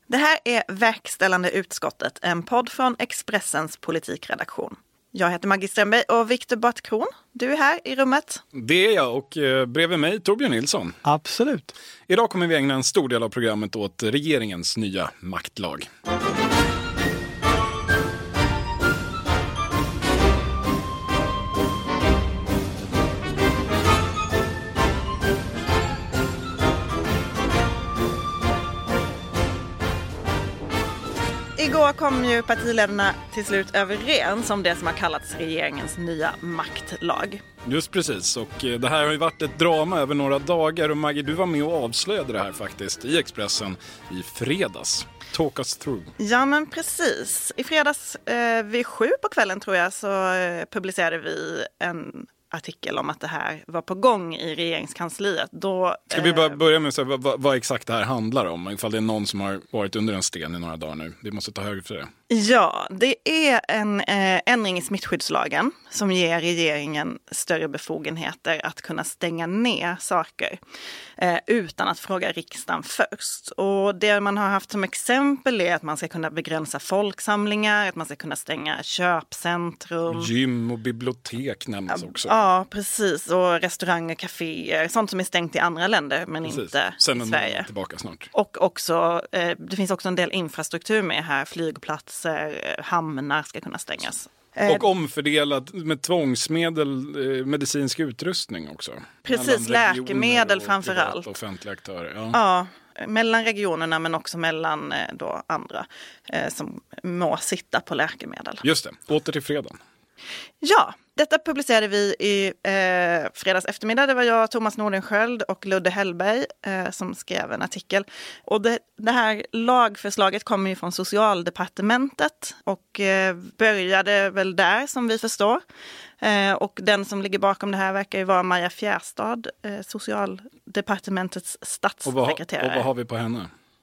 Det här är Verkställande utskottet, en podd från Expressens politikredaktion. Jag heter Maggie Strömberg och Viktor Bartkron, du är här i rummet. Det är jag och bredvid mig Torbjörn Nilsson. Absolut. Idag kommer vi ägna en stor del av programmet åt regeringens nya maktlag. Igår kom ju partiledarna till slut överens om det som har kallats regeringens nya maktlag. Just precis, och det här har ju varit ett drama över några dagar och Maggie, du var med och avslöjade det här faktiskt i Expressen i fredags. Talk us through. Ja men precis. I fredags vid 7 på kvällen tror jag så publicerade vi en artikel om att det här var på gång i regeringskansliet. Ska vi bara börja med att säga vad exakt det här handlar om? Ifall det är någon som har varit under en sten i några dagar nu. Vi måste ta högre för det. Ja, det är en ändring i smittskyddslagen som ger regeringen större befogenheter att kunna stänga ner saker utan att fråga riksdagen först. Och det man har haft som exempel är att man ska kunna begränsa folksamlingar, att man ska kunna stänga köpcentrum. Gym och bibliotek nämns också. Ja, precis. Och restauranger, kaféer, sånt som är stängt i andra länder men precis. Inte sen i Sverige. Tillbaka snart. Och också, det finns också en del infrastruktur med här, flygplatser, hamnar ska kunna stängas. Och omfördelat med tvångsmedel, medicinsk utrustning också. Precis, läkemedel framförallt. Offentliga aktörer. Ja, mellan regionerna men också mellan då andra som må sitta på läkemedel. Just det, åter till fredag. Ja, detta publicerade vi i fredags eftermiddag. Det var jag, Thomas Nordenskjöld och Ludde Hellberg som skrev en artikel. Och det här lagförslaget kommer ju från Socialdepartementet och började väl där som vi förstår. Och den som ligger bakom det här verkar ju vara Maja Fjärstad, Socialdepartementets statssekreterare. Och vad har vi på henne?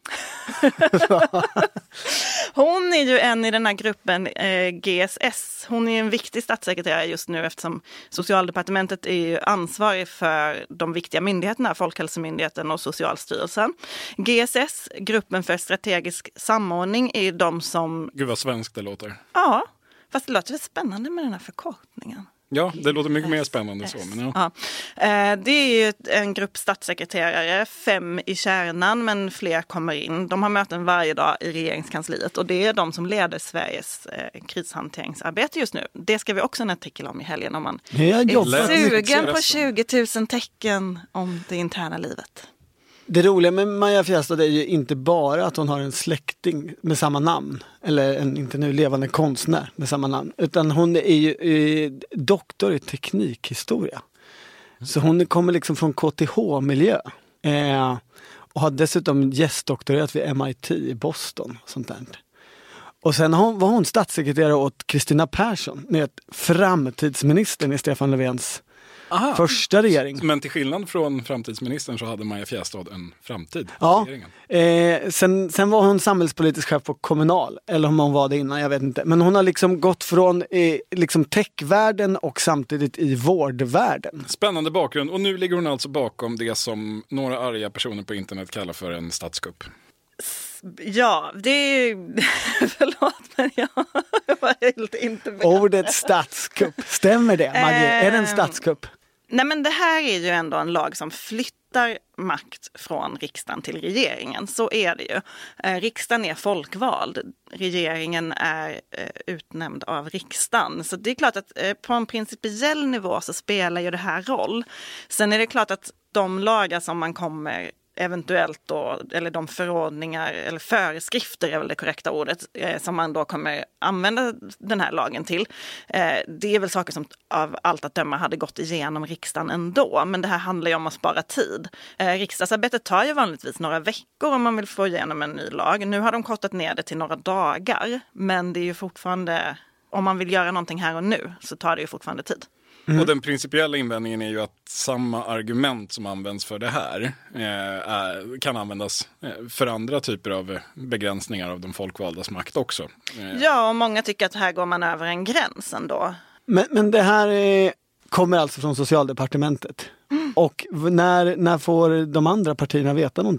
Hon är ju en i den här gruppen GSS. Hon är en viktig statssekreterare just nu eftersom Socialdepartementet är ju ansvarig för de viktiga myndigheterna, Folkhälsomyndigheten och Socialstyrelsen. GSS, gruppen för strategisk samordning, är de som... Gud vad svenskt det låter. Ja, fast det låter väl spännande med den här förkortningen. Ja, det låter mycket mer spännande så. Men ja. Det är ju en grupp statssekreterare, 5 i kärnan men fler kommer in. De har möten varje dag i regeringskansliet och det är de som leder Sveriges krishanteringsarbete just nu. Det ska vi också en artikel om i helgen om man är sugen på 20 000 tecken om det interna livet. Det roliga med Maja Fjärstad är ju inte bara att hon har en släkting med samma namn. Eller en inte nu levande konstnär med samma namn. Utan hon är ju doktor i teknikhistoria. Så hon kommer liksom från KTH-miljö. Och har dessutom gästdoktorerat vid MIT i Boston. Och sånt där. Och sen var hon statssekreterare åt Kristina Persson. Framtidsministern i Stefan Löfvens första regering. Men till skillnad från framtidsministern så hade Maja Fjärstad en framtid i regeringen. Sen var hon samhällspolitisk chef på Kommunal. Eller om hon var det innan, jag vet inte. Men hon har liksom gått från liksom techvärlden och samtidigt i vårdvärlden. Spännande bakgrund. Och nu ligger hon alltså bakom det som några arga personer på internet kallar för en statskupp. Ja, det är förlåt men jag var helt inte med. Ordet statskupp, stämmer det Maggie? Är det en statskupp? Nej men det här är ju ändå en lag som flyttar makt från riksdagen till regeringen. Så är det ju. Riksdagen är folkvald. Regeringen är utnämnd av riksdagen. Så det är klart att på en principiell nivå så spelar ju det här roll. Sen är det klart att de lagar som man kommer eventuellt då, eller de förordningar eller föreskrifter är väl det korrekta ordet som man då kommer använda den här lagen till. Det är väl saker som av allt att döma hade gått igenom riksdagen ändå, men det här handlar ju om att spara tid. Riksdagsarbetet tar ju vanligtvis några veckor om man vill få igenom en ny lag. Nu har de kortat ner det till några dagar, men det är ju fortfarande, om man vill göra någonting här och nu så tar det ju fortfarande tid. Mm. Och den principiella invändningen är ju att samma argument som används för det här kan användas för andra typer av begränsningar av de folkvaldas makt också. Ja, och många tycker att här går man över en gräns ändå. Men det här kommer alltså från Socialdepartementet. Och när får de andra partierna veta någonting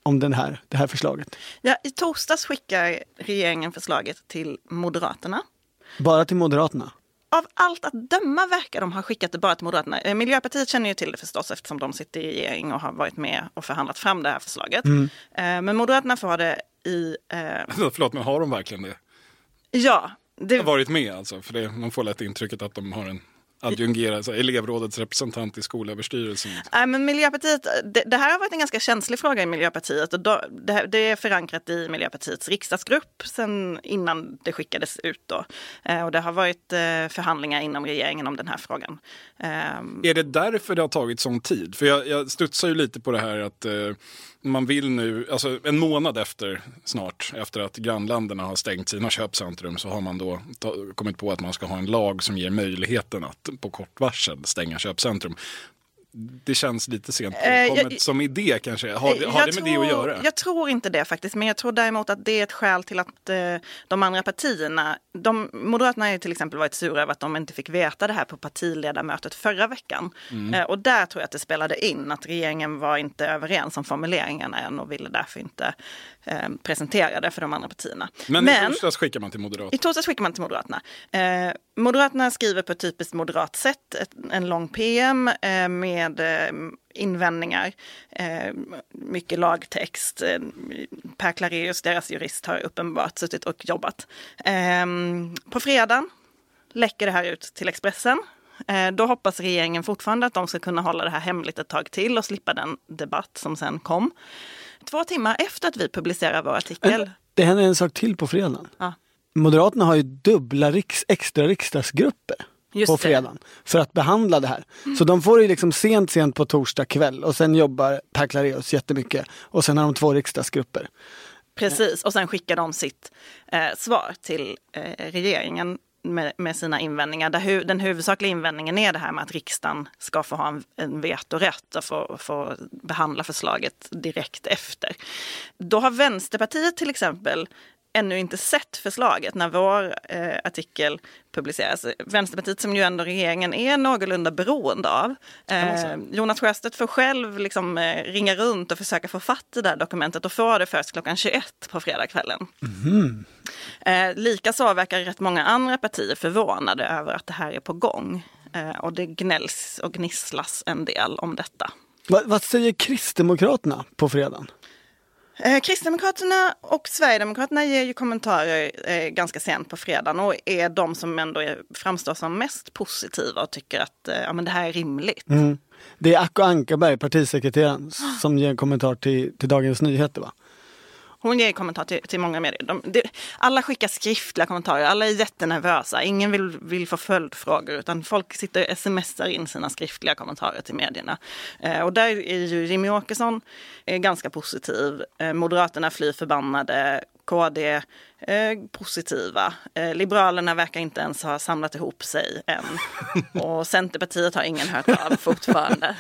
om det här förslaget? Ja, i torsdags skickar regeringen förslaget till Moderaterna. Bara till Moderaterna? Av allt att döma verkar de ha skickat det bara till Moderaterna. Miljöpartiet känner ju till det förstås eftersom de sitter i regering och har varit med och förhandlat fram det här förslaget. Men Moderaterna får ha det i... Förlåt, men har de verkligen det? Ja. Det har varit med alltså, för man får lätt intrycket att de har en adjungerad elevrådets representant i skolöverstyrelsen. Nej, men Miljöpartiet, det här har varit en ganska känslig fråga i Miljöpartiet och det är förankrat i Miljöpartiets riksdagsgrupp sen innan det skickades ut då. Och det har varit förhandlingar inom regeringen om den här frågan. Är det därför det har tagit sån tid? För jag studsar ju lite på det här att man vill nu, alltså en månad efter att grannländerna har stängt sina köpcentrum, så har man då kommit på att man ska ha en lag som ger möjligheten att på kort varsel stänga köpcentrum. Det känns lite sent påkommet som idé kanske. Har det med det att göra? Jag tror inte det faktiskt, men jag tror däremot att det är ett skäl till att de andra partierna, Moderaterna har ju till exempel varit sura över att de inte fick veta det här på partiledarmötet förra veckan. Och där tror jag att det spelade in att regeringen var inte överens om formuleringarna än och ville därför inte presentera det för de andra partierna. Men i torsdags skickar man till Moderaterna. I torsdags skickar man till Moderaterna. Moderaterna skriver på ett typiskt moderat sätt en lång PM med invändningar, mycket lagtext. Per Clareus, deras jurist, har uppenbart suttit och jobbat. På fredagen läcker det här ut till Expressen. Då hoppas regeringen fortfarande att de ska kunna hålla det här hemligt ett tag till och slippa den debatt som sen kom. 2 timmar efter att vi publicerar vår artikel. Det händer en sak till på fredagen. Ja. Moderaterna har ju dubbla extra riksdagsgrupper på fredagen för att behandla det här. Så de får ju liksom sent på torsdag kväll och sen jobbar Per Clareus jättemycket och sen har de 2 riksdagsgrupper. Precis, och sen skickar de sitt svar till regeringen med sina invändningar. Där den huvudsakliga invändningen är det här med att riksdagen ska få ha en vetorätt och få behandla förslaget direkt efter. Då har Vänsterpartiet till exempel ännu inte sett förslaget när vår artikel publiceras. Vänsterpartiet, som ju ändå regeringen är någorlunda beroende av. Jonas Sjöstedt får själv liksom ringa runt och försöka få fatt i det där dokumentet och få det först klockan 21 på fredagskvällen. Likaså verkar rätt många andra partier förvånade över att det här är på gång. Och det gnälls och gnisslas en del om detta. Vad säger Kristdemokraterna på fredagen? Kristdemokraterna och Sverigedemokraterna ger ju kommentarer ganska sent på fredagen och är de som ändå framstår som mest positiva och tycker att men det här är rimligt. Det är Acko Ankarberg, partisekreteraren, som ger en kommentar till Dagens Nyheter, va? Hon ger kommentar till många medier. Alla skickar skriftliga kommentarer, alla är jättenervösa. Ingen vill få följdfrågor utan folk sitter och smsar in sina skriftliga kommentarer till medierna. Och där är ju Jimmie Åkesson ganska positiv. Moderaterna flyr förbannade. KD positiva. Liberalerna verkar inte ens ha samlat ihop sig än. Och Centerpartiet har ingen hört av fortfarande.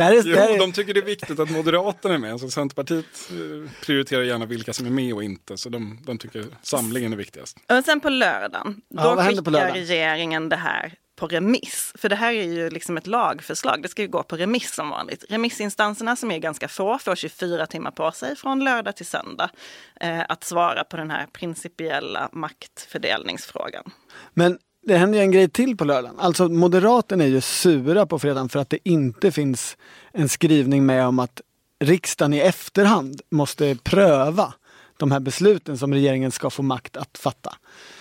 De tycker det är viktigt att Moderaterna är med. Så Centerpartiet prioriterar gärna vilka som är med och inte. Så de tycker samlingen är viktigast. Och sen på lördagen, då skickar regeringen det här på remiss. För det här är ju liksom ett lagförslag. Det ska ju gå på remiss som vanligt. Remissinstanserna, som är ganska få, får 24 timmar på sig från lördag till söndag att svara på den här principiella maktfördelningsfrågan. Men det händer ju en grej till på lördagen. Alltså Moderaterna är ju sura på fredagen för att det inte finns en skrivning med om att riksdagen i efterhand måste pröva de här besluten som regeringen ska få makt att fatta.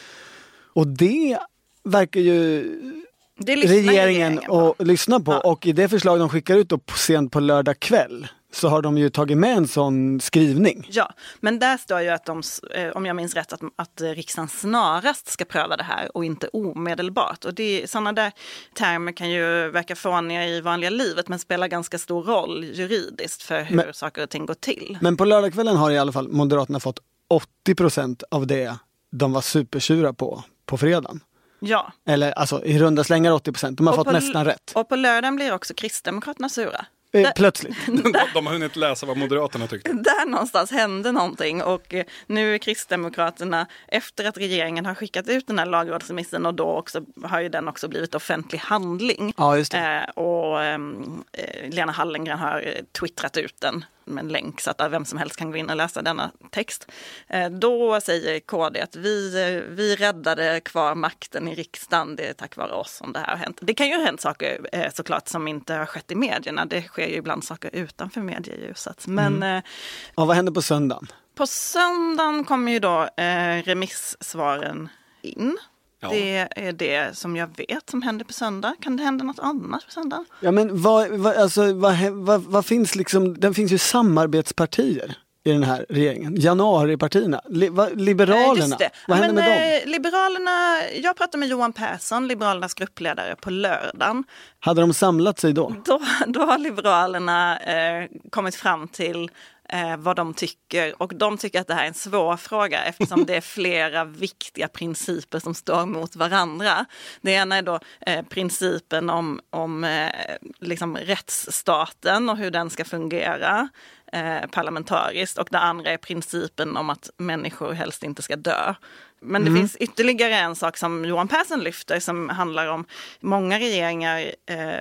Och det verkar ju regeringen och lyssna på. Ja. Och i det förslag de skickar ut då sent på lördag kväll så har de ju tagit med en sån skrivning. Ja, men där står ju att de, om jag minns rätt, att riksdagen snarast ska pröva det här och inte omedelbart. Och sådana där termer kan ju verka fåniga i vanliga livet men spelar ganska stor roll juridiskt för hur saker och ting går till. Men på lördagskvällen har i alla fall Moderaterna fått 80% av det de var supertjura på fredagen. Ja. Eller alltså i runda slängar 80%. De har fått nästan rätt. Och på lördagen blir också Kristdemokraterna sura. Plötsligt. De har hunnit läsa vad Moderaterna tyckte. Där någonstans hände någonting och nu är Kristdemokraterna, efter att regeringen har skickat ut den här lagrådsremissen och då också, har ju den också blivit offentlig handling. Ja, just det. Och Lena Hallengren har twittrat ut den med en länk så att vem som helst kan gå in och läsa denna text. Då säger KD att vi räddade kvar makten i riksdagen, det är tack vare oss som det här har hänt. Det kan ju ha hänt saker såklart som inte har skett i medierna, det sker ju ibland saker utanför medieljuset. Men, vad händer på söndagen? På söndagen kommer ju då remissvaren in. Ja. Det är det som jag vet som händer på söndag. Kan det hända något annat på söndag? Ja, men vad finns liksom, det finns ju samarbetspartier i den här regeringen. Januaripartierna. Liberalerna. Vad händer med dem? Liberalerna, jag pratade med Johan Persson, Liberalernas gruppledare, på lördagen. Hade de samlat sig då? Då har Liberalerna kommit fram till vad de tycker, och de tycker att det här är en svår fråga eftersom det är flera viktiga principer som står mot varandra. Det ena är då principen om liksom rättsstaten och hur den ska fungera parlamentariskt, och det andra är principen om att människor helst inte ska dö. Men det finns ytterligare en sak som Johan Persson lyfter som handlar om många regeringar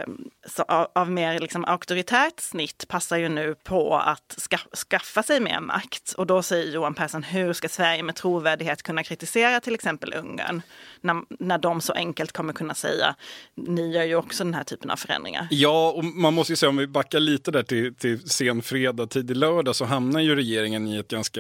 av mer liksom auktoritärt snitt passar ju nu på att skaffa sig mer makt. Och då säger Johan Persson, hur ska Sverige med trovärdighet kunna kritisera till exempel Ungern när de så enkelt kommer kunna säga ni gör ju också den här typen av förändringar. Ja, och man måste ju säga, om vi backar lite där till sen fredag, tidig lördag, så hamnar ju regeringen i ett ganska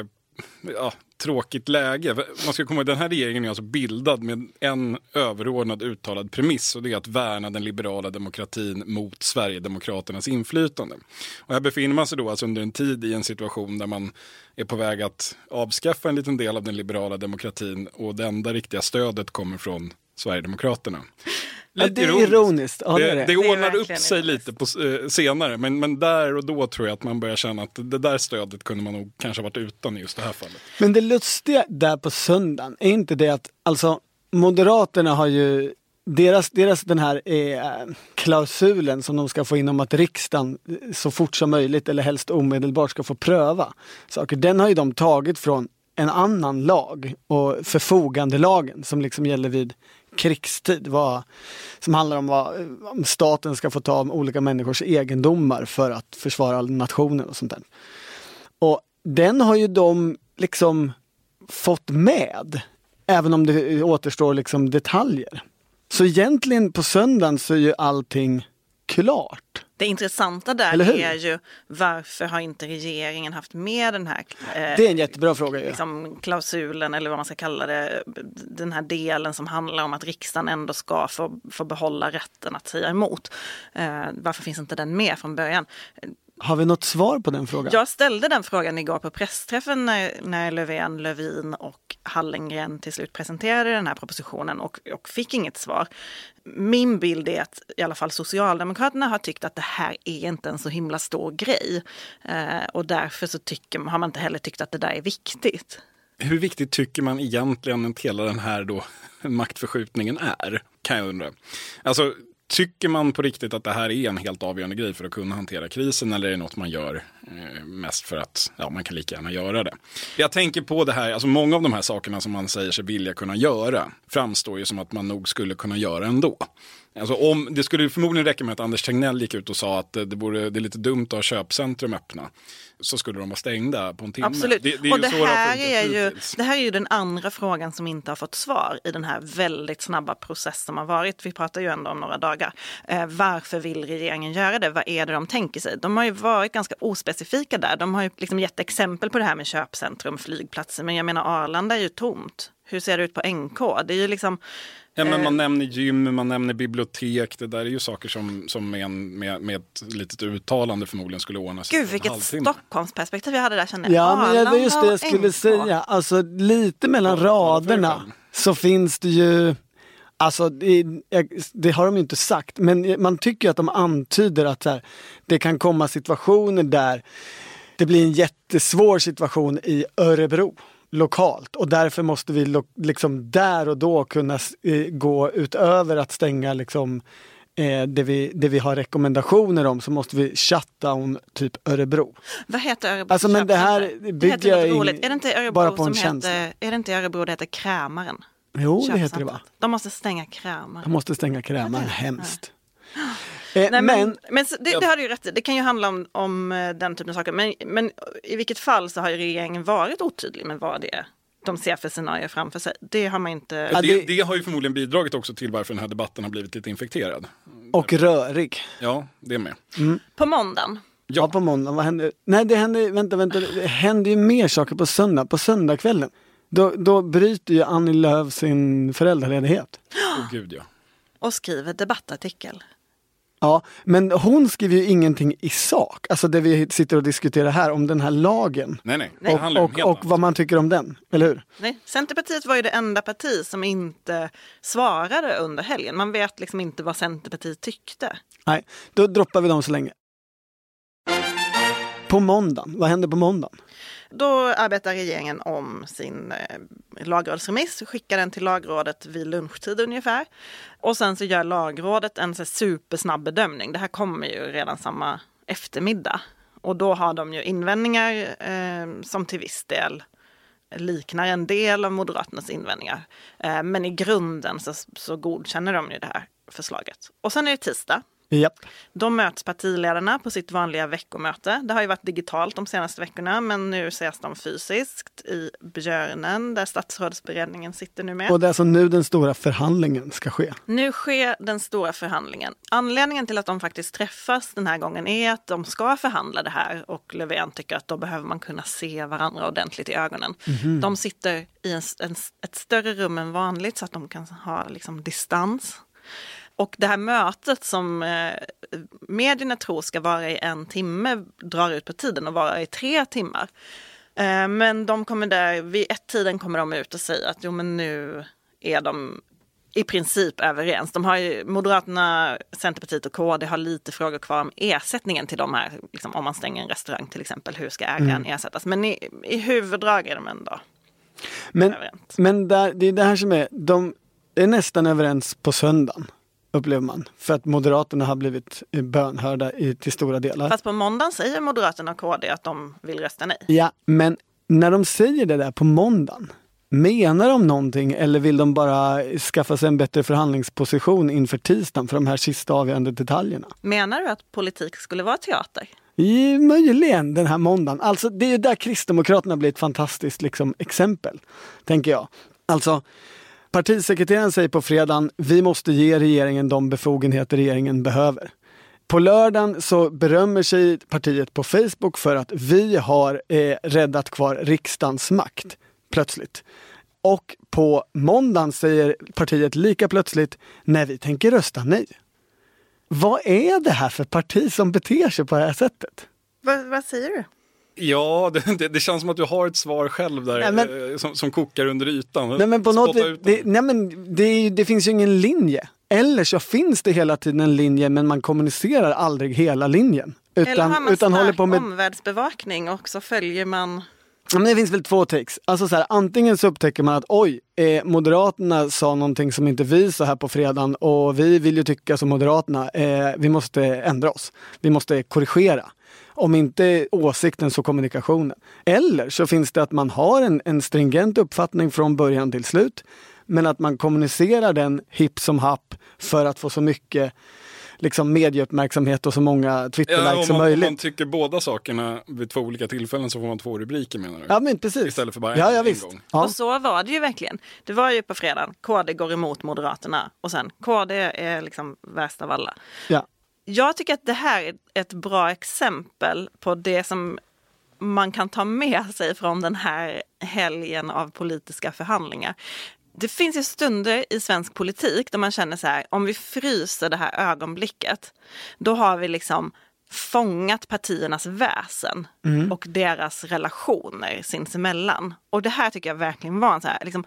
tråkigt läge. Man ska komma ihåg, den här regeringen är alltså bildad med en överordnad uttalad premiss, och det är att värna den liberala demokratin mot Sverigedemokraternas inflytande. Och här befinner man sig då alltså under en tid i en situation där man är på väg att avskaffa en liten del av den liberala demokratin, och det enda riktiga stödet kommer från Sverigedemokraterna. Det är ironiskt. Ja, det ordnar upp sig lite senare, men där och då tror jag att man börjar känna att det där stödet kunde man nog kanske varit utan i just det här fallet. Men det lustiga där på söndagen är inte det att, alltså, Moderaterna har ju deras den här klausulen som de ska få in om att riksdagen så fort som möjligt eller helst omedelbart ska få pröva saker. Den har ju de tagit från en annan lag, och förfogandelagen som liksom gäller vid krigstid, som handlar om staten ska få ta olika människors egendomar för att försvara nationen och sånt där. Och den har ju de liksom fått med, även om det återstår liksom detaljer. Så egentligen på söndagen så är ju allting klart. Det intressanta där är ju varför har inte regeringen haft med den här det är en jättebra fråga, liksom klausulen, eller vad man ska kalla det, den här delen som handlar om att riksdagen ändå ska få behålla rätten att säga emot. Varför finns inte den med från början? Har vi något svar på den frågan? Jag ställde den frågan igår på pressträffen när Löfven, Lövin och Hallengren till slut presenterade den här propositionen och fick inget svar. Min bild är att i alla fall Socialdemokraterna har tyckt att det här är inte en så himla stor grej. Och därför så har man inte heller tyckt att det där är viktigt. Hur viktigt tycker man egentligen att hela den här då maktförskjutningen är, kan jag undra. Alltså, tycker man på riktigt att det här är en helt avgörande grej för att kunna hantera krisen, eller är det något man gör mest för att man kan lika gärna göra det? Jag tänker på det här, alltså många av de här sakerna som man säger sig vilja kunna göra framstår ju som att man nog skulle kunna göra ändå. Alltså det skulle förmodligen räcka med att Anders Tegnell gick ut och sa att det är lite dumt att ha köpcentrum öppna. Så skulle de vara stängda på en timme. Absolut. Det och det här är ju den andra frågan som inte har fått svar i den här väldigt snabba process som har varit. Vi pratar ju ändå om några dagar. Varför vill regeringen göra det? Vad är det de tänker sig? De har ju varit ganska ospecifika där. De har ju liksom gett exempel på det här med köpcentrum, flygplatser. Men jag menar, Arlanda är ju tomt. Hur ser det ut på NK? Det är ju liksom... Ja, men man nämner gym, man nämner bibliotek. Det där är ju saker som med ett litet uttalande förmodligen skulle ordna sig. Gud, vilket Stockholmsperspektiv jag hade där, kände jag. Ja, men det är just det jag skulle säga. Alltså lite mellan raderna så finns det ju... Alltså det har de ju inte sagt, men man tycker att de antyder att så här, det kan komma situationer där det blir en jättesvår situation i Örebro lokalt, och därför måste vi liksom där och då kunna gå utöver att stänga liksom det vi har rekommendationer om, så måste vi shutdown typ Örebro. Vad heter Örebro? Alltså, men det här bygger jag är det inte Örebro bara på en som känsla. är det inte Örebro det heter Krämaren? Jo, det heter det, va? De måste stänga Krämaren. De måste stänga Krämaren, hemskt. Nej, men det har du ju rätt i. Det kan ju handla om den typen av saker. Men i vilket fall så har ju regeringen varit otydlig med vad det är de ser för scenarier framför sig. Det har man inte... Det har ju förmodligen bidragit också till varför den här debatten har blivit lite infekterad. Och rörig. Ja, det är med. På måndagen. Ja, på måndagen. Vad händer? Nej, det händer ju mer saker på söndag. På söndagskvällen. Då bryter ju Annie Lööf sin föräldraledighet. Gud, ja. Och skriver debattartikel. Ja, men hon skriver ju ingenting i sak. Alltså det vi sitter och diskuterar här om den här lagen. Nej. Och vad man tycker om den, eller hur? Nej, Centerpartiet var ju det enda parti som inte svarade under helgen. Man vet liksom inte vad Centerpartiet tyckte. Nej, då droppar vi dem så länge. På måndagen, vad händer på måndagen? Då arbetar regeringen om sin lagrådsremiss, skickar den till lagrådet vid lunchtid ungefär. Och sen så gör lagrådet en så supersnabb bedömning. Det här kommer ju redan samma eftermiddag. Och då har de ju invändningar som till viss del liknar en del av Moderaternas invändningar. Men i grunden så godkänner de ju det här förslaget. Och sen är det tisdag. Japp. Då möts partiledarna på sitt vanliga veckomöte. Det har ju varit digitalt de senaste veckorna, men nu ses de fysiskt i Björnen där statsrådsberedningen sitter nu med. Och det är alltså nu den stora förhandlingen ska ske? Nu sker den stora förhandlingen. Anledningen till att de faktiskt träffas den här gången är att de ska förhandla det här och Löfven tycker att då behöver man kunna se varandra ordentligt i ögonen. Mm-hmm. De sitter i ett större rum än vanligt så att de kan ha liksom distans. Och det här mötet som medierna tror ska vara i 1 timme drar ut på tiden och vara i 3 timmar. Men de kommer där, vid 1-tiden kommer de ut och säger att men nu är de i princip överens. De har ju, Moderaterna, Centerpartiet och KD har lite frågor kvar om ersättningen till de här, liksom, om man stänger en restaurang till exempel, hur ska ägaren ersättas? Men i huvuddrag är de ändå överens. Men det är det här som är, de är nästan överens på söndagen. Upplever man. För att Moderaterna har blivit bönhörda till stora delar. Fast på måndagen säger Moderaterna och KD att de vill rösta nej. Ja, men när de säger det där på måndagen, menar de någonting eller vill de bara skaffa sig en bättre förhandlingsposition inför tisdagen för de här sista avgörande detaljerna? Menar du att politik skulle vara teater? Möjligen den här måndagen. Alltså det är ju där Kristdemokraterna blir ett fantastiskt liksom, exempel, tänker jag. Alltså partisekreteraren säger på fredagen, vi måste ge regeringen de befogenheter regeringen behöver. På lördagen så berömmer sig partiet på Facebook för att vi har räddat kvar riksdagens makt, plötsligt. Och på måndagen säger partiet lika plötsligt, när vi tänker rösta nej. Vad är det här för parti som beter sig på det här sättet? Vad säger du? Ja, det känns som att du har ett svar själv där som kokar under ytan. Nej, men på något det finns ju ingen linje. Eller så finns det hela tiden en linje men man kommunicerar aldrig hela linjen. Eller har man utan håller på med omvärldsbevakning och så följer man... Men det finns väl 2 takes. Alltså så här, antingen så upptäcker man att Moderaterna sa någonting som inte vi sa här på fredagen och vi vill ju tycka som Moderaterna. Vi måste ändra oss. Vi måste korrigera. Om inte åsikten så kommunikationen. Eller så finns det att man har en stringent uppfattning från början till slut. Men att man kommunicerar den hipp som happ för att få så mycket liksom, medieuppmärksamhet och så många Twitter-likes som möjligt. Om man tycker båda sakerna vid 2 olika tillfällen så får man 2 rubriker, menar du? Ja, men precis. Istället för bara en visst. gång. Ja. Och så var det ju verkligen. Det var ju på fredagen. KD går emot Moderaterna. Och sen KD är liksom värst av alla. Ja. Jag tycker att det här är ett bra exempel på det som man kan ta med sig från den här helgen av politiska förhandlingar. Det finns ju stunder i svensk politik där man känner så här, om vi fryser det här ögonblicket, då har vi liksom fångat partiernas väsen och deras relationer sinsemellan. Och det här tycker jag verkligen var en så här, liksom,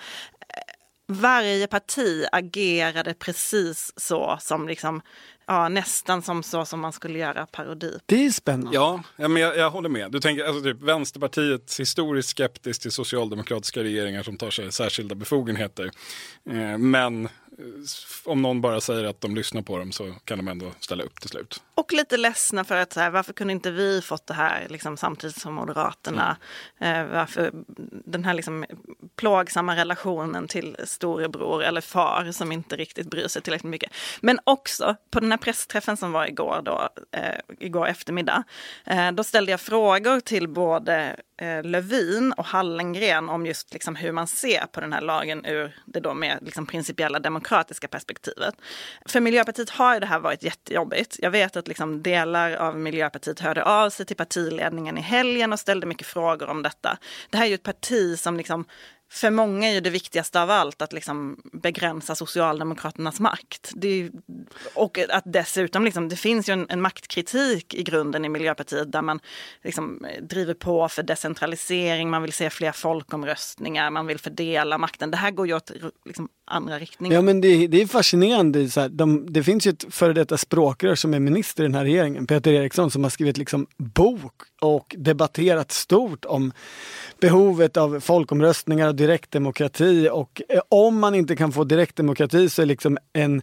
varje parti agerade precis så som liksom, nästan som så som man skulle göra parodi. Det är spännande. Ja, men jag håller med. Du tänker alltså typ Vänsterpartiet historiskt skeptiskt till socialdemokratiska regeringar som tar sig särskilda befogenheter. Men om någon bara säger att de lyssnar på dem så kan de ändå ställa upp till slut. Och lite ledsna för att så här, varför kunde inte vi fått det här liksom, samtidigt som Moderaterna? Varför den här liksom, plågsamma relationen till storebror eller far som inte riktigt bryr sig tillräckligt mycket. Men också på den här pressträffen som var igår eftermiddag, då ställde jag frågor till både Lövin och Hallengren om just liksom hur man ser på den här lagen ur det då mer liksom principiella demokratiska perspektivet. För Miljöpartiet har ju det här varit jättejobbigt. Jag vet att liksom delar av Miljöpartiet hörde av sig till partiledningen i helgen och ställde mycket frågor om detta. Det här är ju ett parti som liksom, för många är ju det viktigaste av allt att liksom begränsa Socialdemokraternas makt. Och att dessutom, liksom, det finns ju en maktkritik i grunden i Miljöpartiet där man liksom driver på för decentralisering, man vill se fler folkomröstningar, man vill fördela makten. Det här går ju åt liksom andra riktningar. Ja, men det är fascinerande. Så här, det finns ju ett före detta språkrör som är minister i den här regeringen, Peter Eriksson, som har skrivit liksom bok och debatterat stort om behovet av folkomröstningar och direktdemokrati, och om man inte kan få direktdemokrati så är liksom en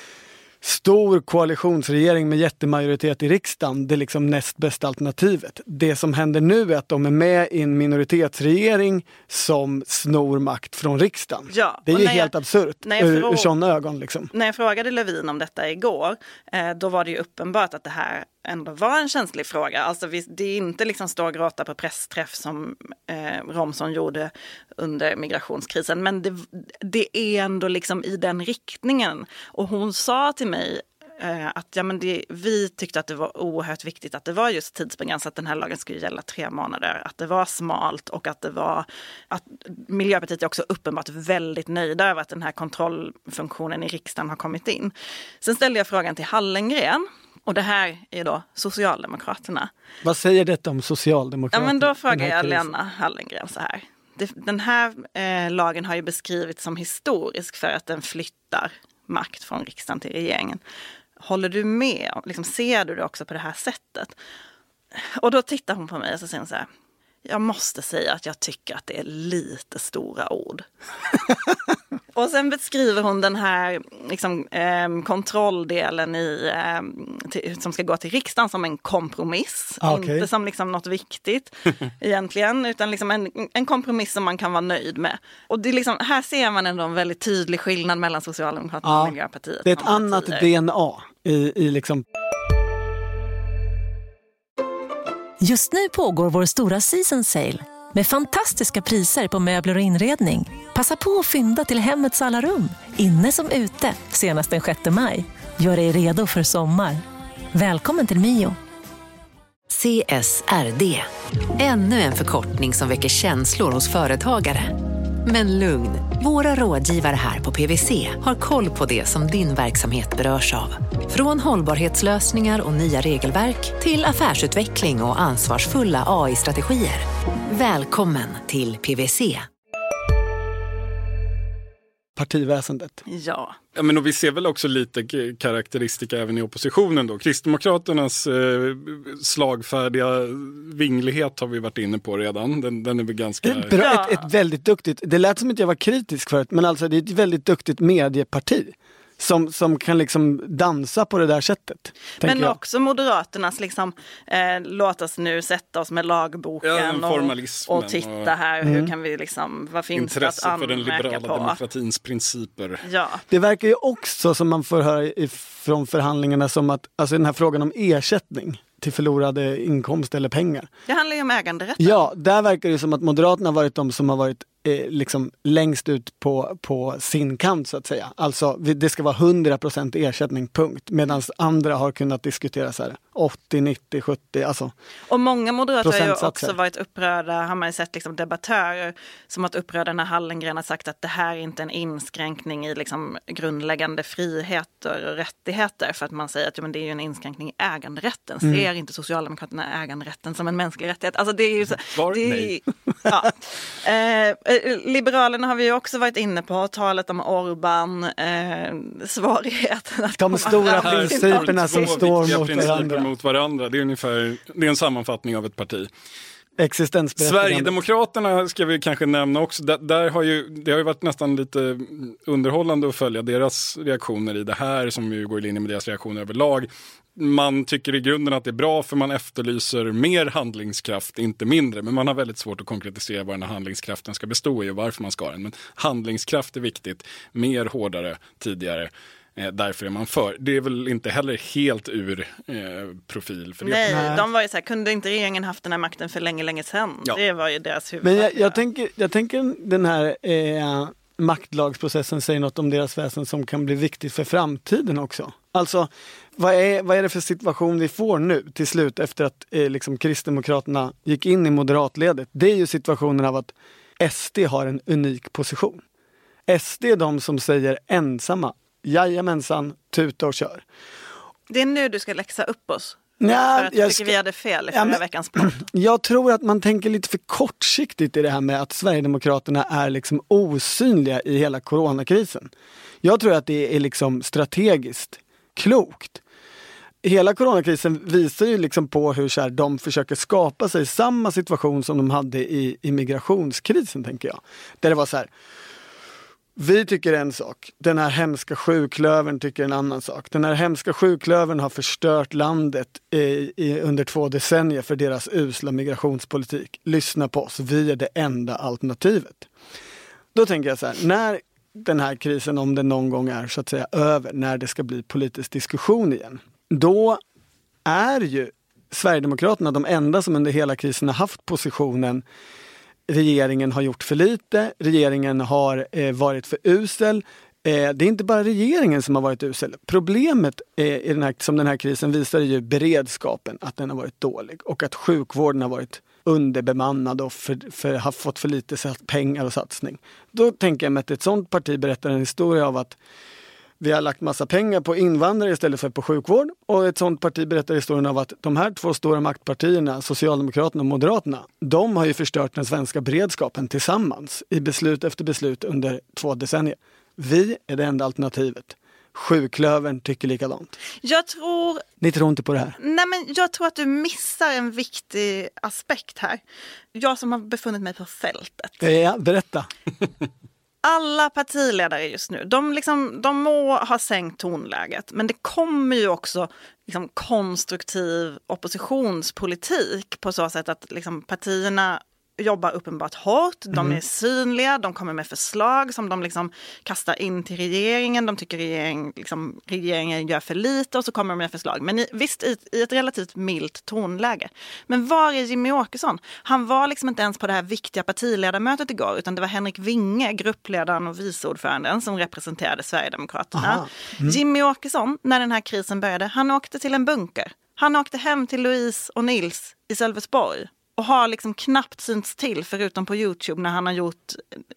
stor koalitionsregering med jättemajoritet i riksdagen det liksom näst bästa alternativet. Det som händer nu är att de är med i en minoritetsregering som snor makt från riksdagen. Ja, det är ju helt absurt ur sådana ögon. Liksom. När jag frågade Lövin om detta igår, då var det ju uppenbart att det här ändå var en känslig fråga. Alltså det är inte liksom stå och gråta på pressträff som Romson gjorde under migrationskrisen, men det är ändå liksom i den riktningen. Och hon sa till mig att vi tyckte att det var oerhört viktigt att det var just tidsbegränsat, den här lagen skulle gälla 3 månader, att det var smalt och att Miljöpartiet är också uppenbart väldigt nöjda över att den här kontrollfunktionen i riksdagen har kommit in. Sen ställde jag frågan till Hallengren. Och det här är då Socialdemokraterna. Vad säger detta om Socialdemokraterna? Ja, men då frågar jag Lena Hallengren så här. Den här lagen har ju beskrivits som historisk för att den flyttar makt från riksdagen till regeringen. Håller du med? Liksom, ser du det också på det här sättet? Och då tittar hon på mig och så säger hon så här. Jag måste säga att jag tycker att det är lite stora ord. Och sen beskriver hon den här liksom, kontrolldelen som ska gå till riksdagen som en kompromiss. Okay. Inte som liksom något viktigt egentligen, utan liksom en kompromiss som man kan vara nöjd med. Och det är liksom, här ser man ändå en väldigt tydlig skillnad mellan Socialdemokraterna och Miljöpartiet. Det är ett annat DNA i liksom... Just nu pågår vår stora season sale med fantastiska priser på möbler och inredning. Passa på att fynda till hemmets alla rum, inne som ute, senast den 6 maj. Gör dig redo för sommar. Välkommen till Mio. CSRD. Ännu en förkortning som väcker känslor hos företagare. Men lugn, våra rådgivare här på PwC har koll på det som din verksamhet berörs av. Från hållbarhetslösningar och nya regelverk till affärsutveckling och ansvarsfulla AI-strategier. Välkommen till PwC. Partiväsendet. Ja. Ja, men och vi ser väl också lite karaktäristika även i oppositionen då. Kristdemokraternas slagfärdiga vinglighet har vi varit inne på redan. Den är väl ganska... Ett väldigt duktigt, det lät som att jag var kritisk förut, men alltså det är ett väldigt duktigt medieparti. Som kan liksom dansa på det där sättet. Men också Moderaternas liksom, låt oss nu sätta oss med lagboken och titta här, hur kan vi liksom, vad finns det att anmärka på? Intresse för den liberala demokratins principer. Ja. Det verkar ju också, som man får höra från förhandlingarna, som att alltså den här frågan om ersättning till förlorade inkomst eller pengar. Det handlar ju om äganderätten. Ja, där verkar det som att Moderaterna har varit de som har varit liksom längst ut på sin kant så att säga. Alltså det ska vara 100% ersättning, punkt. Medan andra har kunnat diskutera så här 80, 90, 70, alltså. Och många moderater har ju också varit upprörda, har man ju sett liksom debattörer som varit upprörda när Hallengren har sagt att det här är inte en inskränkning i liksom grundläggande friheter och rättigheter, för att man säger att men det är ju en inskränkning i äganderätten. Ser inte Socialdemokraterna äganderätten som en mänsklig rättighet? Alltså det är ju så, nej. Ja. Liberalerna har vi ju också varit inne på, talet om Orbán, svårigheten att de stora principerna som står mot varandra. Det är ungefär, det är en sammanfattning av ett parti. Sverigedemokraterna ska vi kanske nämna också. Där har det har ju varit nästan lite underhållande att följa deras reaktioner i det här, som ju går i linje med deras reaktioner överlag. man tycker i grunden att det är bra för man efterlyser mer handlingskraft, inte mindre. Men man har väldigt svårt att konkretisera vad den här handlingskraften ska bestå i och varför man ska den. Men handlingskraft är viktigt, mer, hårdare, tidigare. Därför är man för. Det är väl inte heller helt ur profil. För det. Nej, de var ju så här, kunde inte regeringen haft den här makten för länge sedan? Ja. Det var ju deras huvud. Men jag tänker den här maktlagsprocessen säger något om deras väsen som kan bli viktigt för framtiden också. Alltså, vad är det för situation vi får nu till slut efter att liksom Kristdemokraterna gick in i moderatledet? Det är ju situationen av att SD har en unik position. SD är de som säger ensamma, jajamensan, tuta och kör. Det är nu du ska läxa upp oss. Ja, för att jag tycker vi hade fel i förra veckans podd. Jag tror att man tänker lite för kortsiktigt i det här med att Sverigedemokraterna är liksom osynliga i hela coronakrisen. Jag tror att det är liksom strategiskt klokt. Hela coronakrisen visar ju liksom på hur så här, de försöker skapa sig samma situation som de hade i migrationskrisen, tänker jag. Där det var så här, vi tycker en sak, den här hemska sjuklövern tycker en annan sak. Den här hemska sjuklövern har förstört landet under 2 decennier för deras usla migrationspolitik. Lyssna på oss, vi är det enda alternativet. Då tänker jag så här, när den här krisen, om den någon gång är så att säga över, när det ska bli politisk diskussion igen, då är ju Sverigedemokraterna de enda som under hela krisen har haft positionen regeringen har gjort för lite, regeringen har varit för usel. Det är inte bara regeringen som har varit usel. Problemet som den här krisen visar är ju beredskapen, att den har varit dålig och att sjukvården har varit underbemannad och har fått för lite pengar och satsning. Då tänker jag mig att ett sånt parti berättar en historia av att vi har lagt massa pengar på invandrare istället för på sjukvård. Och ett sånt parti berättar historien av att de här 2 stora maktpartierna, Socialdemokraterna och Moderaterna, de har ju förstört den svenska beredskapen tillsammans i beslut efter beslut under 2 decennier. Vi är det enda alternativet. Sjuklövern tycker likadant. Ni tror inte på det här? Nej, men jag tror att du missar en viktig aspekt här. Jag som har befunnit mig på fältet. Ja, berätta. Alla partiledare just nu, de må ha sänkt tonläget, men det kommer ju också liksom konstruktiv oppositionspolitik på så sätt att liksom partierna jobbar uppenbart hårt, de är synliga, de kommer med förslag som de liksom kastar in till regeringen, de tycker regeringen gör för lite och så kommer de med förslag. Men visst i ett relativt milt tonläge. Men var är Jimmy Åkesson? Han var liksom inte ens på det här viktiga partiledarmötet igår, utan det var Henrik Winge, gruppledaren och viceordföranden, som representerade Sverigedemokraterna. Jimmy Åkesson, när den här krisen började, han åkte till en bunker. Han åkte hem till Louise och Nils i Sölvesborg. Och har liksom knappt synts till förutom på YouTube när han har gjort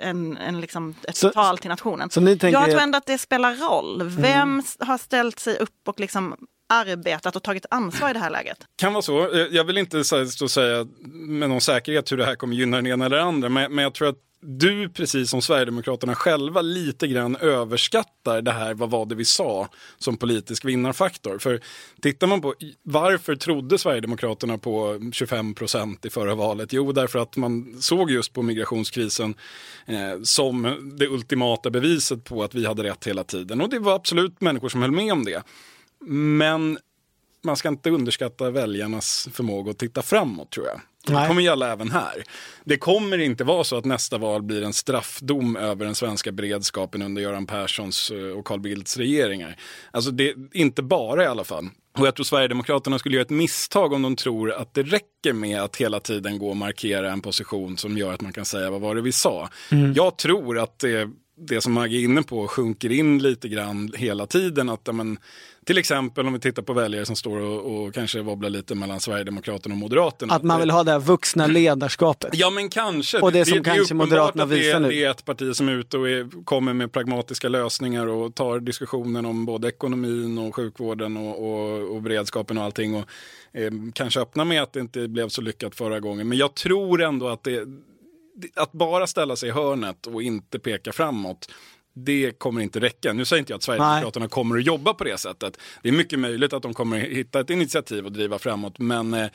ett tal till nationen. Jag tror ändå att det spelar roll. Vem har ställt sig upp och liksom arbetat och tagit ansvar i det här läget? Kan vara så. Jag vill inte säga med någon säkerhet hur det här kommer gynna den ena eller andra. Men jag tror att du, precis som Sverigedemokraterna själva, lite grann överskattar det här, vad var det vi sa, som politisk vinnarfaktor. För tittar man på varför trodde Sverigedemokraterna på 25% i förra valet? Jo, därför att man såg just på migrationskrisen som det ultimata beviset på att vi hade rätt hela tiden. Och det var absolut människor som höll med om det. Men man ska inte underskatta väljarnas förmåga att titta framåt, tror jag. Det kommer gälla även här. Det kommer inte vara så att nästa val blir en straffdom över den svenska beredskapen under Göran Perssons och Carl Bildts regeringar. Alltså det inte bara i alla fall. Och jag tror Sverigedemokraterna skulle göra ett misstag om de tror att det räcker med att hela tiden gå och markera en position som gör att man kan säga vad var det vi sa. Jag tror att det som Maggie är inne på sjunker in lite grann hela tiden. Att, till exempel om vi tittar på väljare som står och kanske wobblar lite mellan Sverigedemokraterna och Moderaterna. Att man vill ha det här vuxna ledarskapet. Ja, men kanske. Och det som kanske Moderaterna visar nu. Det är ett parti som är ute och kommer med pragmatiska lösningar och tar diskussionen om både ekonomin och sjukvården och beredskapen och allting. Och kanske öppna med att det inte blev så lyckat förra gången. Men jag tror ändå att att bara ställa sig i hörnet och inte peka framåt, det kommer inte räcka. Nu säger inte jag att Sverigedemokraterna kommer att jobba på det sättet. Det är mycket möjligt att de kommer hitta ett initiativ och driva framåt. Men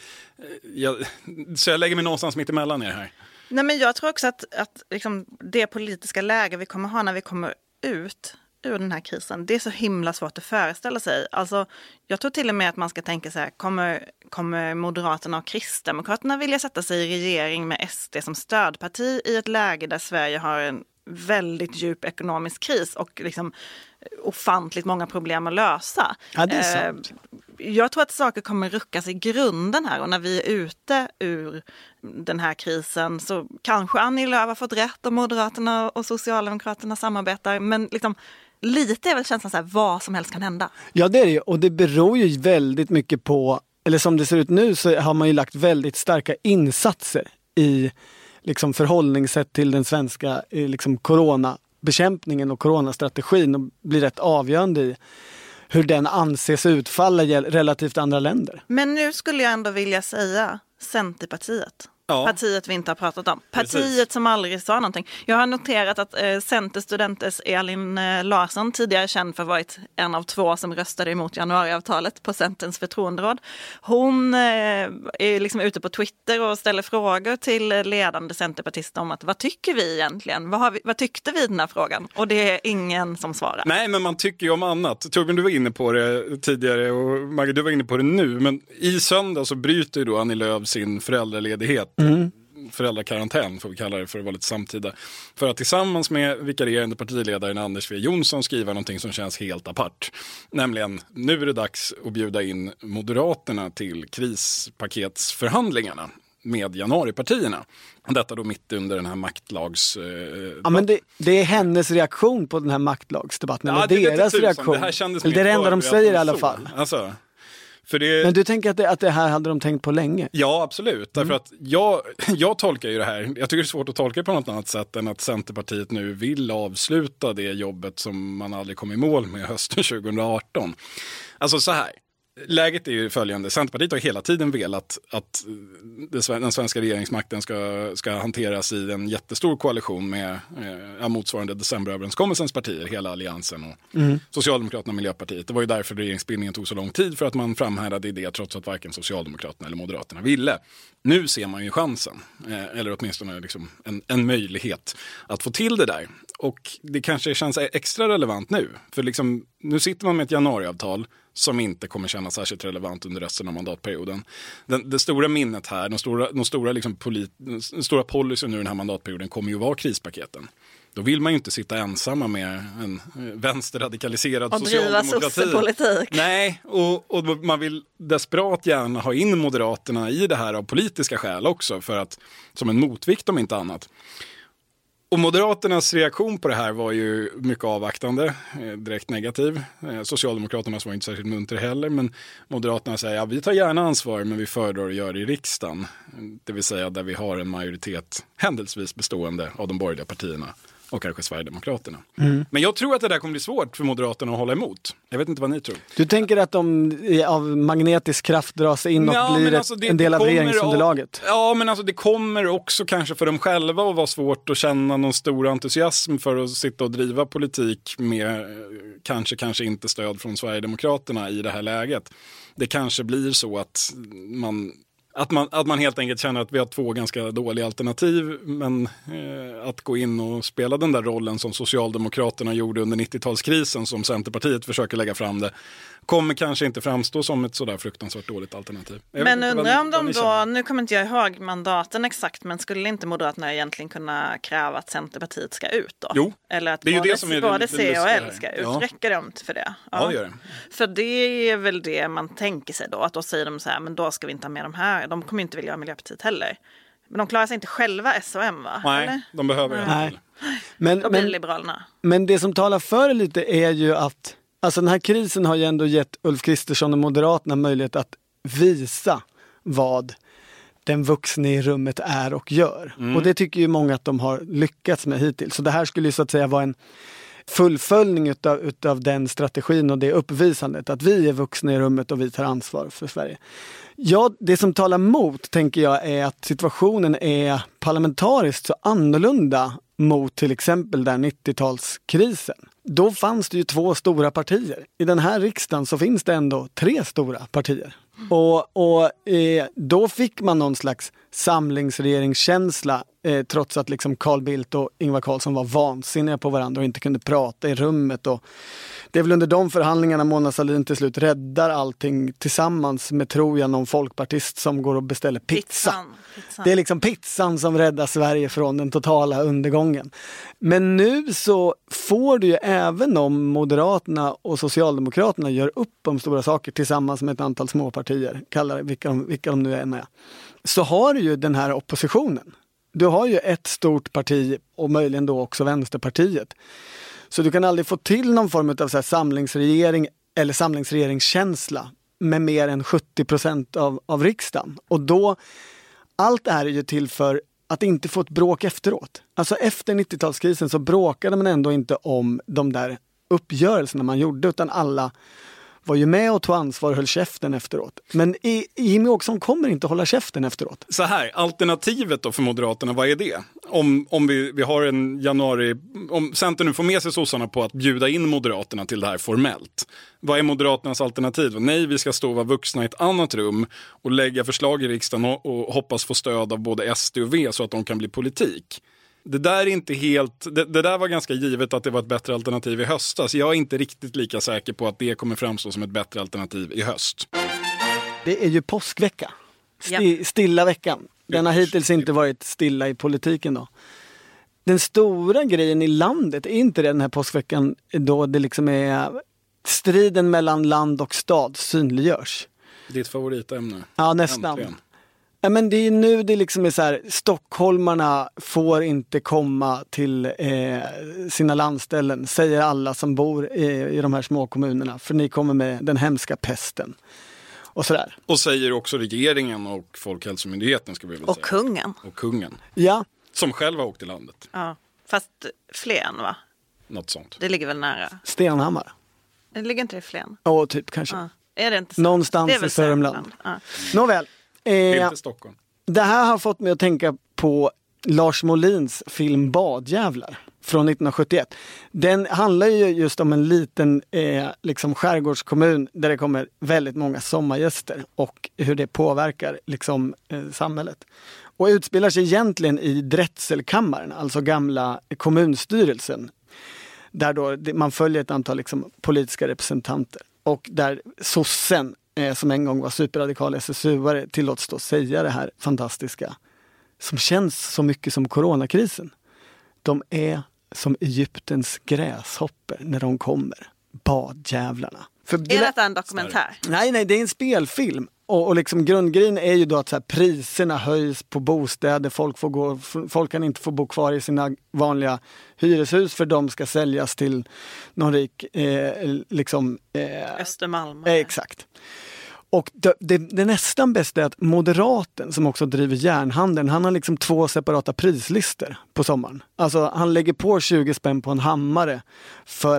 så jag lägger mig någonstans mitt emellan er här. Nej, men jag tror också att liksom det politiska läge vi kommer ha när vi kommer ut ur den här krisen, det är så himla svårt att föreställa sig. Alltså, jag tror till och med att man ska tänka så här, kommer Moderaterna och Kristdemokraterna vilja sätta sig i regering med SD som stödparti i ett läge där Sverige har en väldigt djup ekonomisk kris och liksom ofantligt många problem att lösa? Ja, det är sant. Jag tror att saker kommer ruckas i grunden här, och när vi är ute ur den här krisen så kanske Annie Lööf har fått rätt och Moderaterna och Socialdemokraterna samarbetar, men liksom lite är väl känslan så här, vad som helst kan hända. Ja, det är det ju, och det beror ju väldigt mycket på, eller som det ser ut nu så har man ju lagt väldigt starka insatser i liksom förhållningssätt till den svenska liksom coronabekämpningen och coronastrategin, och blir rätt avgörande i hur den anses utfalla relativt andra länder. Men nu skulle jag ändå vilja säga Centerpartiet. Ja. Partiet vi inte har pratat om. Partiet Precis. Som aldrig sa någonting. Jag har noterat att Centerstudentes Elin Larsson, tidigare känd för att varit en av 2 som röstade emot januariavtalet på Centerns förtroenderåd. Hon är liksom ute på Twitter och ställer frågor till ledande centerpartister om att vad tycker vi egentligen? Vad tyckte vi i den här frågan? Och det är ingen som svarar. Nej, men man tycker ju om annat. Torbjörn, du var inne på det tidigare och Maggie, du var inne på det nu. Men i söndag så bryter ju då Annie Lööf sin föräldraledighet. Föräldrakarantän får vi kalla det för att vara lite samtida. För att tillsammans med vikarierande partiledaren Anders W. Jonsson skriva någonting som känns helt apart. Nämligen, nu är det dags att bjuda in Moderaterna till krispaketsförhandlingarna med januaripartierna. Detta då mitt under den här maktlags... Ja, men det är hennes reaktion på den här maktlagsdebatten. Ja, eller deras reaktion. Det är det enda de säger i alla fall. Alltså... Men du tänker att det här hade de tänkt på länge? Ja, absolut. Därför att jag tolkar ju det här. Jag tycker det är svårt att tolka på något annat sätt än att Centerpartiet nu vill avsluta det jobbet som man aldrig kom i mål med hösten 2018. Alltså så här. Läget är ju följande. Centerpartiet har hela tiden velat att den svenska regeringsmakten ska hanteras i en jättestor koalition med motsvarande decemberöverenskommelsens partier, hela alliansen och Socialdemokraterna och Miljöpartiet. Det var ju därför regeringsbildningen tog så lång tid, för att man framhärdade i det trots att varken Socialdemokraterna eller Moderaterna ville. Nu ser man ju chansen, eller åtminstone liksom en möjlighet att få till det där. Och det kanske känns extra relevant nu, för liksom, nu sitter man med ett januariavtal som inte kommer kännas särskilt relevant under resten av mandatperioden. Det stora minnet här, den stora policyn ur den här mandatperioden kommer ju vara krispaketen. Då vill man ju inte sitta ensamma med en vänsterradikaliserad socialdemokrati. Och driva sossepolitik. Nej, och man vill desperat gärna ha in Moderaterna i det här av politiska skäl också, för att, som en motvikt om inte annat. Och Moderaternas reaktion på det här var ju mycket avvaktande, direkt negativ. Socialdemokraternas var inte särskilt munter heller, men Moderaterna säger ja, vi tar gärna ansvar, men vi föredrar att göra det i riksdagen. Det vill säga där vi har en majoritet händelsevis bestående av de borgerliga partierna och kanske Sverigedemokraterna. Men jag tror att det där kommer bli svårt för Moderaterna att hålla emot. Jag vet inte vad ni tror. Du tänker att de av magnetisk kraft dras in och blir en del av regeringsunderlaget? Ja, men alltså det kommer också kanske för dem själva att vara svårt att känna någon stor entusiasm för att sitta och driva politik med kanske inte stöd från Sverigedemokraterna i det här läget. Det kanske blir så att man helt enkelt känner att vi har 2 ganska dåliga alternativ, men att gå in och spela den där rollen som Socialdemokraterna gjorde under 90-talskrisen, som Centerpartiet försöker lägga fram det, kommer kanske inte framstå som ett sådär fruktansvärt dåligt alternativ. Men undrar om de då, nu kommer inte jag ihåg mandaten exakt, men skulle inte Moderaterna egentligen kunna kräva att Centerpartiet ska ut då? Jo, eller att det är ju det som är både C och L ska ut. Ja. Räcker de inte för det? Ja, det gör det. För det är väl det man tänker sig då, att då säger de så här, men då ska vi inte ha med de här. De kommer inte vilja ha Miljöpartiet heller. Men de klarar sig inte själva, S&M, va? Nej, eller? de behöver det. Nej. Då blir Liberalerna. Men det som talar för lite är ju att alltså den här krisen har ju ändå gett Ulf Kristersson och Moderaterna möjlighet att visa vad den vuxne i rummet är och gör. Och det tycker ju många att de har lyckats med hittills. Så det här skulle ju så att säga vara en fullföljning utav den strategin och det uppvisandet. Att vi är vuxna i rummet och vi tar ansvar för Sverige. Ja, det som talar mot, tänker jag, är att situationen är parlamentariskt så annorlunda mot till exempel den 90-talskrisen. Då fanns det ju 2 stora partier. I den här riksdagen så finns det ändå 3 stora partier. Och då fick man någon slags samlingsregeringskänsla trots att liksom Carl Bildt och Ingvar Carlsson var vansinniga på varandra och inte kunde prata i rummet. Och det är väl under de förhandlingarna Mona Sahlin till slut räddar allting tillsammans med, tror jag, någon folkpartist som går och beställer pizza. Det är liksom pizzan som räddar Sverige från den totala undergången. Men nu så får du ju, även om Moderaterna och Socialdemokraterna gör upp om stora saker tillsammans med ett antal småpartier, kallar vilka de nu än är, så har du ju den här oppositionen. Du har ju ett stort parti och möjligen då också Vänsterpartiet. Så du kan aldrig få till någon form av så här samlingsregering eller samlingsregeringskänsla med mer än 70% av riksdagen. Och då, allt det här är ju till för att inte få ett bråk efteråt. Alltså efter 90-talskrisen så bråkade man ändå inte om de där uppgörelserna man gjorde, utan alla var ju med och tog ansvar och höll käften efteråt. Men Jimmie Åkesson kommer inte hålla käften efteråt. Så här, alternativet då för Moderaterna, vad är det? Om vi har en januari, om Centern nu får med sig sossarna på att bjuda in Moderaterna till det här formellt. Vad är Moderaternas alternativ? Nej, vi ska stå och vara vuxna i ett annat rum och lägga förslag i riksdagen och hoppas få stöd av både SD och V så att de kan bli politik. Det där är inte helt, det där var ganska givet att det var ett bättre alternativ i höstas. Jag är inte riktigt lika säker på att det kommer framstå som ett bättre alternativ i höst. Det är ju påskvecka. Stilla veckan. Den har hittills inte varit stilla i politiken då. Den stora grejen i landet är inte den här påskveckan då det liksom är striden mellan land och stad synliggörs. Ditt favoritämne. Ja, nästan. Ja, men det är nu det liksom är så här, stockholmarna får inte komma till sina landställen, säger alla som bor i de här små kommunerna, för ni kommer med den hemska pesten. Och sådär. Och säger också regeringen och Folkhälsomyndigheten, ska vi väl säga. Kungen. Och kungen. Ja. Som själv har åkt till landet. Ja, fast Flen, va? Något sånt. Det ligger väl nära. Stenhammar. Det ligger inte i Flen. Ja, typ kanske. Ja. Är det inte så? Någonstans i Sörmland. Ja. Nåväl. Inte Stockholm. Det här har fått mig att tänka på Lars Molins film Badjävlar från 1971. Den handlar ju just om en liten liksom skärgårdskommun där det kommer väldigt många sommargäster och hur det påverkar liksom, samhället. Och utspelar sig egentligen i Drätselkammaren, alltså gamla kommunstyrelsen, där då man följer ett antal liksom, politiska representanter och där sossen som en gång var superradikal SSU-are tillåts då säga det här fantastiska som känns så mycket som coronakrisen. De är som Egyptens gräshopper när de kommer. Badjävlarna. Är detta en dokumentär? Nej, det är en spelfilm. Och liksom grundgrejen är ju då att så här, priserna höjs på bostäder. Folk kan inte få bo kvar i sina vanliga hyreshus för de ska säljas till någon rik Östermalm. Exakt. Och det nästan bästa är att moderaten som också driver järnhandeln, han har liksom 2 separata prislister på sommaren. Alltså han lägger på 20 spänn på en hammare för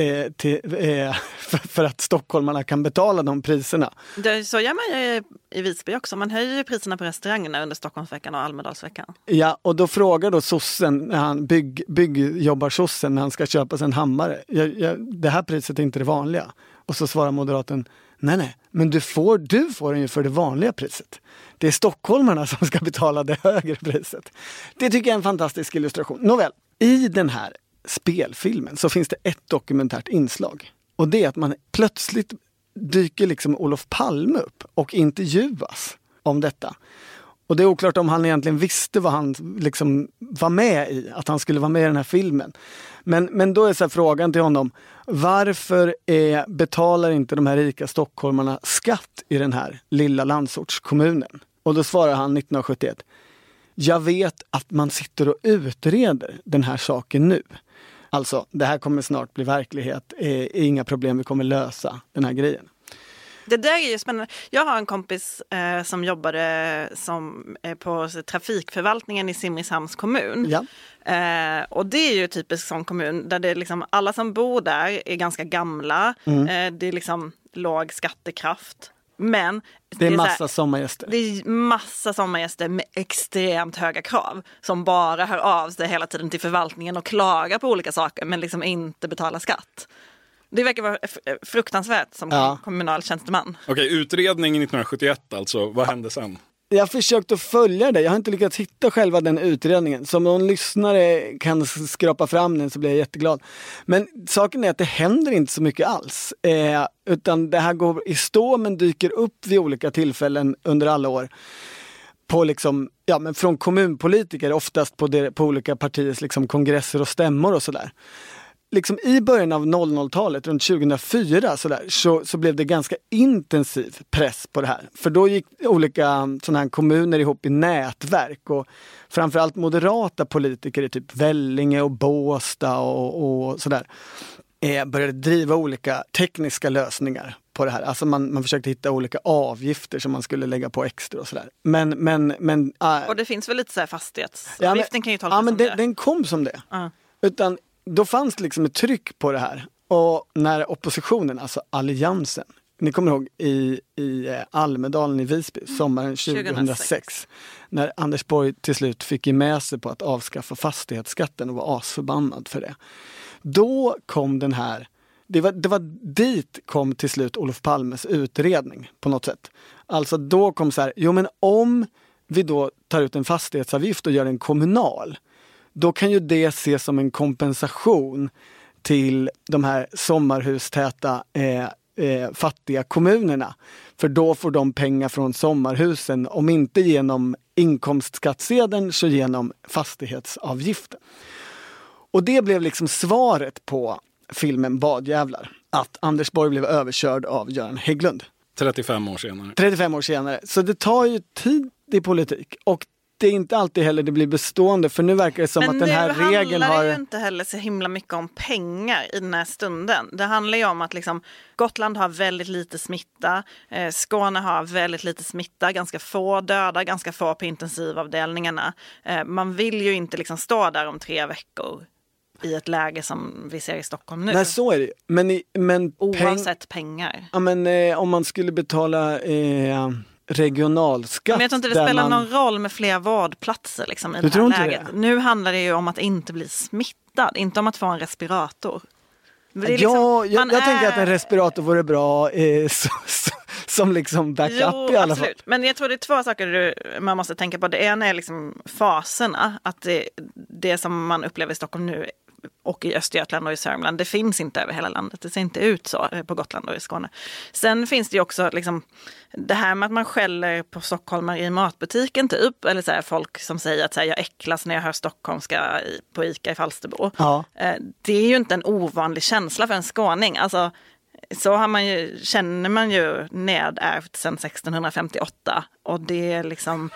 att stockholmarna kan betala de priserna. Så gör man ju i Visby också. Man höjer priserna på restaurangerna under Stockholmsveckan och Almedalsveckan. Ja, och då frågar då sossen, när han byggjobbar-sossen när han ska köpa sig en hammare. Det här priset är inte det vanliga. Och så svarar moderaten, nej, men du får den ju för det vanliga priset. Det är stockholmarna som ska betala det högre priset. Det tycker jag är en fantastisk illustration. Nåväl, i den här spelfilmen så finns det ett dokumentärt inslag. Och det är att man plötsligt dyker liksom Olof Palme upp och intervjuas om detta. Och det är oklart om han egentligen visste vad han liksom var med i, att han skulle vara med i den här filmen. Men då är så här frågan till honom, varför betalar inte de här rika stockholmarna skatt i den här lilla landsortskommunen? Och då svarar han 1971, jag vet att man sitter och utreder den här saken nu. Alltså, det här kommer snart bli verklighet, inga problem, vi kommer lösa den här grejen. Det där är ju spännande. Jag har en kompis som jobbade på trafikförvaltningen i Simrishamns kommun. Ja. Och det är ju typiskt sån kommun där det är liksom, alla som bor där är ganska gamla. Det är liksom låg skattekraft. Men det är massa sommargäster. Det är massa sommargäster med extremt höga krav som bara hör av sig hela tiden till förvaltningen och klagar på olika saker men liksom inte betalar skatt. Det verkar vara fruktansvärt som kommunal tjänsteman. Okej, utredningen 1971 alltså. Vad hände sen? jag har försökt att följa det. Jag har inte lyckats hitta själva den utredningen. Så om någon lyssnare kan skrapa fram den så blir jag jätteglad. Men saken är att det händer inte så mycket alls. Utan det här går i stå men dyker upp vid olika tillfällen under alla år. På liksom, ja, men från kommunpolitiker, oftast på olika partiers liksom kongresser och stämmor och sådär. Liksom i början av 00-talet, runt 2004 så blev det ganska intensiv press på det här. För då gick olika sådana här kommuner ihop i nätverk och framförallt moderata politiker i typ Vellinge och Båstad och sådär började driva olika tekniska lösningar på det här. Alltså man försökte hitta olika avgifter som man skulle lägga på extra och sådär. Men och det finns väl lite så här fastighetsavgiften kan ju tolkas men som det. Den kom som det. Utan då fanns det liksom ett tryck på det här. Och när oppositionen, alltså alliansen, ni kommer ihåg i Almedalen i Visby, sommaren 2006. När Anders Borg till slut fick ge med sig på att avskaffa fastighetsskatten och var asförbannad för det. Då kom den här, det var dit kom till slut Olof Palmes utredning på något sätt. Alltså då kom så här, jo men om vi då tar ut en fastighetsavgift och gör en kommunal, då kan ju det ses som en kompensation till de här sommarhustäta fattiga kommunerna. För då får de pengar från sommarhusen, om inte genom inkomstskattsedeln så genom fastighetsavgiften. Och det blev liksom svaret på filmen Badjävlar. Att Anders Borg blev överkörd av Göran Hägglund. 35 år senare. Så det tar ju tid i politik. Och det är inte alltid heller det blir bestående. För nu verkar det som att den här regeln har... Men nu handlar det ju inte heller så himla mycket om pengar i den här stunden. Det handlar ju om att liksom, Gotland har väldigt lite smitta. Skåne har väldigt lite smitta. Ganska få döda, ganska få på intensivavdelningarna. Man vill ju inte liksom stå där om 3 veckor i ett läge som vi ser i Stockholm nu. Nej, så är det. Men oavsett pengar. Ja, men om man skulle betala regionalskatt. Men jag tror inte det spelar någon roll med fler vårdplatser liksom, i det här läget. Det? Nu handlar det ju om att inte bli smittad, inte om att få en respirator. Jag tänker att en respirator vore bra som liksom backup i alla fall. Men jag tror det är 2 saker man måste tänka på. Det ena är liksom faserna, att det som man upplever i Stockholm nu och i Östergötland och i Sörmland, det finns inte över hela landet. Det ser inte ut så på Gotland och i Skåne. Sen finns det ju också liksom, det här med att man skäller på stockholmare i matbutiken typ, eller så här, folk som säger att så här, jag äcklas när jag hör stockholmska på Ica i Falsterbo. Ja. Det är ju inte en ovanlig känsla för en skåning. Alltså, så känner man ju nedärvt sedan 1658 och det är liksom...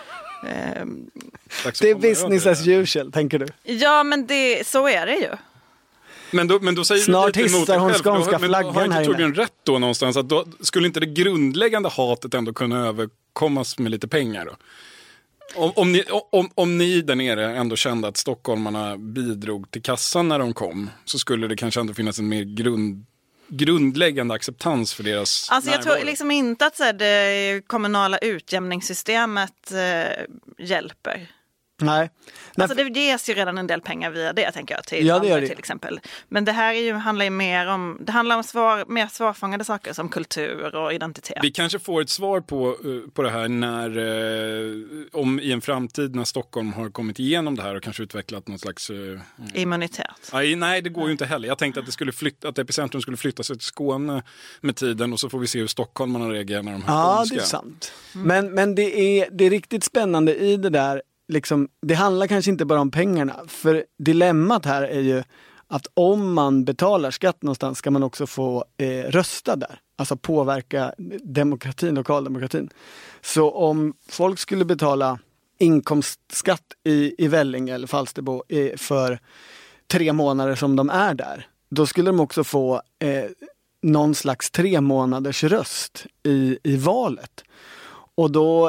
det är business as usual, tänker du? Ja, men så är det ju. Men då säger snart hissar hon skånska flaggan här inne. Har Torbjörn rätt då någonstans att då skulle inte det grundläggande hatet ändå kunna överkommas med lite pengar då? Om ni där nere ändå kände att stockholmarna bidrog till kassan när de kom, så skulle det kanske ändå finnas en mer grundläggande acceptans för deras alltså jag tror liksom inte att så här, det kommunala utjämningssystemet hjälper. Nej. Alltså det ges ju redan en del pengar via det, tänker jag, till Malmö till exempel. Men det här handlar ju mer om mer svårfångade saker som kultur och identitet. Vi kanske får ett svar på det här när om i en framtid när Stockholm har kommit igenom det här och kanske utvecklat någon slags immunitet. Nej, det går ju inte heller. Jag tänkte att att epicentrum skulle flytta sig till Skåne med tiden, och så får vi se hur stockholmarna reagerar när de här skånska. Ja, det är sant. Men det är riktigt spännande i det där. Liksom, det handlar kanske inte bara om pengarna, för dilemmat här är ju att om man betalar skatt någonstans ska man också få rösta där, alltså påverka lokaldemokratin. Så om folk skulle betala inkomstskatt i Vellinge eller Falsterbo för 3 månader som de är där, då skulle de också få någon slags 3 månaders röst i valet. Och då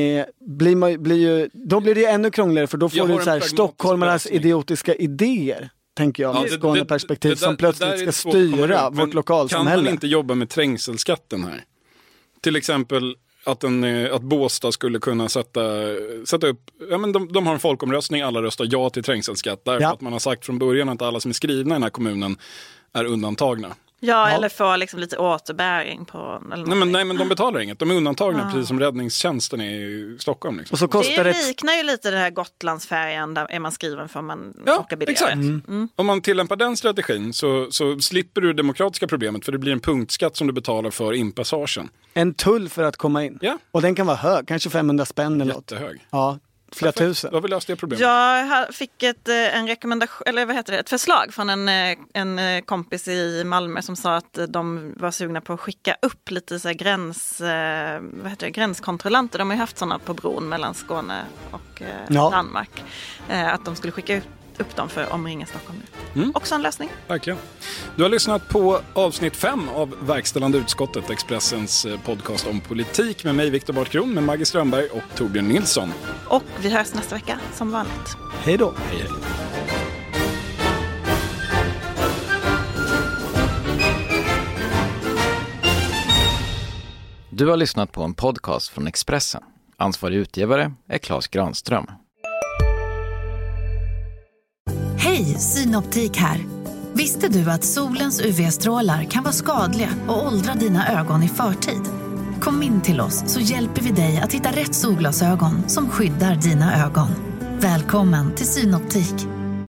blir det ännu krångligare, för då får du så här stockholmarnas idiotiska idéer, tänker jag, med Skåneperspektiv som plötsligt ska styra vårt lokalsamhälle. Kan man inte jobba med trängselskatten här? Till exempel att Båstad skulle kunna sätta upp, ja men de har en folkomröstning, alla röstar ja till trängselskatt, därför att man har sagt från början att alla som är skrivna i den här kommunen är undantagna. Ja, eller få liksom lite återbäring på... Eller nej, men de betalar inget. De är undantagna precis som räddningstjänsten i Stockholm. Liksom. Och så kostar det liknar ju lite det här Gotlandsfärjan där är man skriven för man åker billigare. Exakt. Om man tillämpar den strategin så slipper du det demokratiska problemet, för det blir en punktskatt som du betalar för inpassagen. En tull för att komma in. Ja. Och den kan vara hög, kanske 500 spänn eller något. Jättehög. Ja, flera tusen. Då har vi löst det problemet. Jag fick en rekommendation, eller vad heter det, ett förslag från en kompis i Malmö som sa att de var sugna på att skicka upp lite så här gränskontrollanter. De har ju haft sådana på bron mellan Skåne och Danmark. Att de skulle skicka upp dem för att omringa Stockholm nu. Också en lösning. Verkligen. Du har lyssnat på avsnitt 5 av Verkställande utskottet, Expressens podcast om politik med mig, Viktor Bartkron, med Maggie Strömberg och Torbjörn Nilsson. Och vi hörs nästa vecka som vanligt. Hej då. Hej, hej. Du har lyssnat på en podcast från Expressen. Ansvarig utgivare är Claes Granström. Hej, Synoptik här. Visste du att solens UV-strålar kan vara skadliga och åldra dina ögon i förtid? Kom in till oss så hjälper vi dig att hitta rätt solglasögon som skyddar dina ögon. Välkommen till Synoptik.